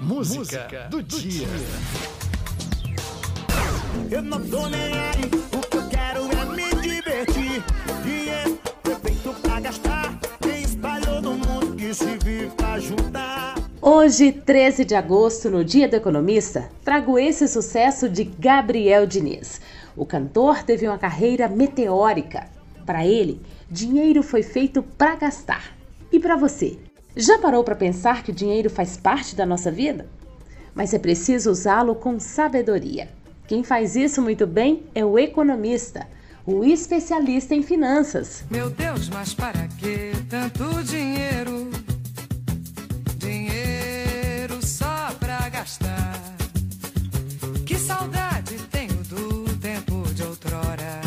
Música do dia. Eu não tô nem aí, o que eu quero é me divertir. Dinheiro é feito pra gastar, quem espalhou no mundo que se vive pra juntar. Hoje, 13 de agosto, no Dia do Economista, trago esse sucesso de Gabriel Diniz. O cantor teve uma carreira meteórica. Para ele, dinheiro foi feito para gastar. E para você? Já parou para pensar que o dinheiro faz parte da nossa vida? Mas é preciso usá-lo com sabedoria. Quem faz isso muito bem é o economista, o especialista em finanças. Meu Deus, mas para que tanto dinheiro? Dinheiro só pra gastar. Que saudade tenho do tempo de outrora.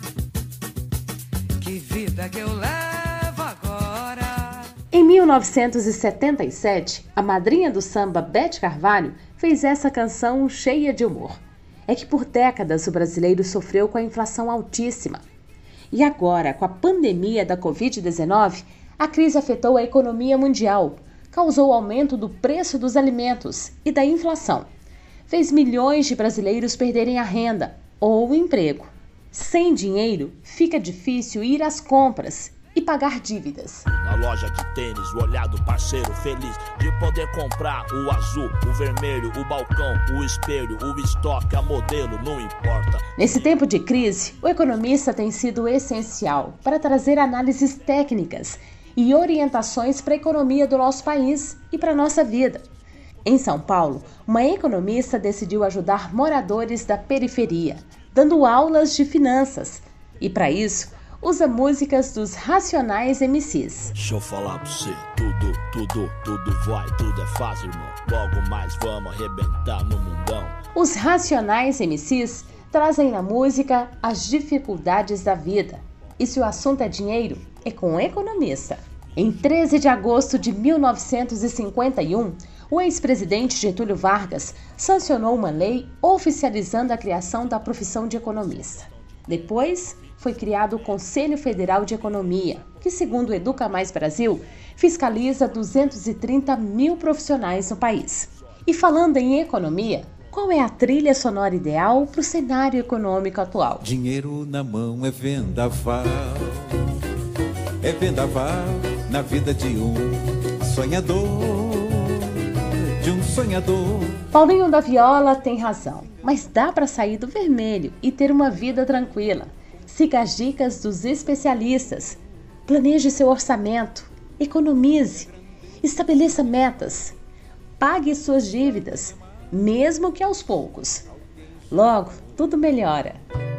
Que vida que eu levo agora. Em 1977, a madrinha do samba Beth Carvalho fez essa canção cheia de humor. É que por décadas o brasileiro sofreu com a inflação altíssima. E agora, com a pandemia da Covid-19, a crise afetou a economia mundial, causou aumento do preço dos alimentos e da inflação. Fez milhões de brasileiros perderem a renda ou o emprego. Sem dinheiro, fica difícil ir às compras e pagar dívidas. Na loja de tênis, o olhar do parceiro feliz de poder comprar o azul, o vermelho, o balcão, o espelho, o estoque, a modelo, não importa. Nesse tempo de crise, o economista tem sido essencial para trazer análises técnicas e orientações para a economia do nosso país e para a nossa vida. Em São Paulo, uma economista decidiu ajudar moradores da periferia, dando aulas de finanças. E para isso, usa músicas dos Racionais MCs. Deixa eu falar pra você, tudo vai, tudo é fácil, irmão. Logo mais vamos arrebentar no mundão. Os Racionais MCs trazem na música as dificuldades da vida. E se o assunto é dinheiro, é com o economista. Em 13 de agosto de 1951, o ex-presidente Getúlio Vargas sancionou uma lei oficializando a criação da profissão de economista. Depois, foi criado o Conselho Federal de Economia, que, segundo o Educa Mais Brasil, fiscaliza 230 mil profissionais no país. E falando em economia, qual é a trilha sonora ideal para o cenário econômico atual? Dinheiro na mão é vendaval na vida de um sonhador, Paulinho da Viola tem razão, mas dá para sair do vermelho e ter uma vida tranquila. Siga as dicas dos especialistas. Planeje seu orçamento, economize, estabeleça metas, pague suas dívidas, mesmo que aos poucos. Logo, tudo melhora.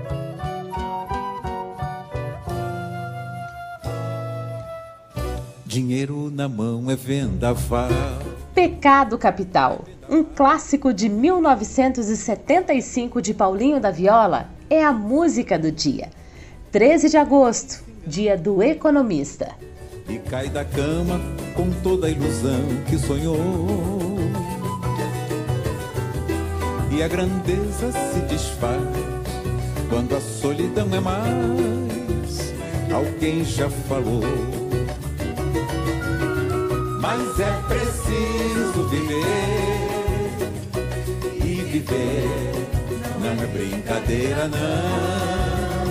Dinheiro na mão é vendaval. Pecado Capital, um clássico de 1975 de Paulinho da Viola, é a música do dia. 13 de agosto, dia do economista. E cai da cama com toda a ilusão que sonhou. E a grandeza se desfaz quando a solidão é mais. Alguém já falou. Mas é preciso viver. E viver não é brincadeira, não.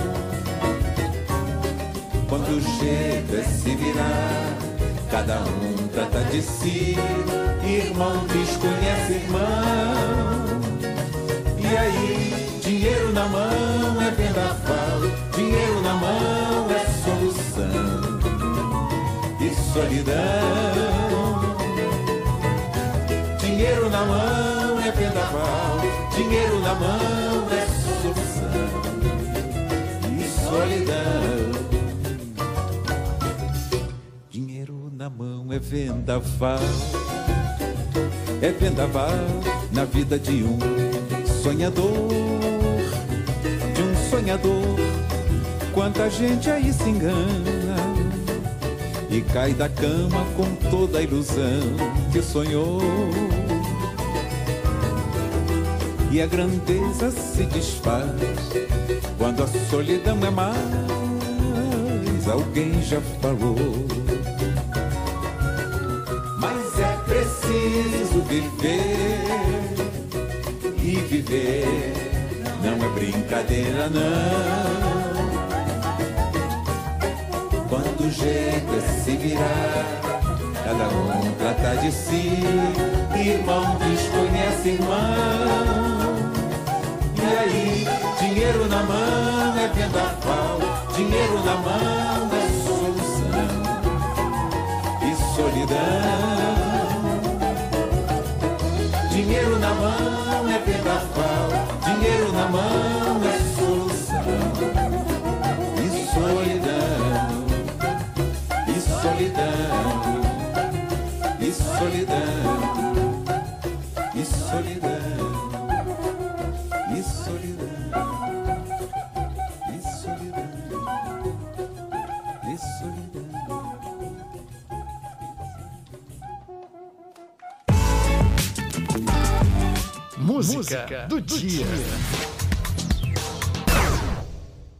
Quando o jeito é se virar, cada um trata de si. Irmão desconhece irmão. E aí, dinheiro na mão é vendaval. Dinheiro na mão é solução. E solidão. Dinheiro na mão é vendaval. Dinheiro na mão é solução. E solidão. Na mão é vendaval na vida de um sonhador, Quanta gente aí se engana e cai da cama com toda a ilusão que sonhou. E a grandeza se desfaz quando a solidão é mais. Alguém já falou. Mas é preciso viver brincadeira não. Quando o jeito é se virar, cada um trata de si, irmão desconhece irmão. E aí, dinheiro na mão é vendaval, dinheiro na mão é solução e solidão. Dinheiro na mão é vendaval, dinheiro na mão é solução e solidão, e solidão, e solidão, e solidão, e solidão, e solidão, e solidão. Música do dia.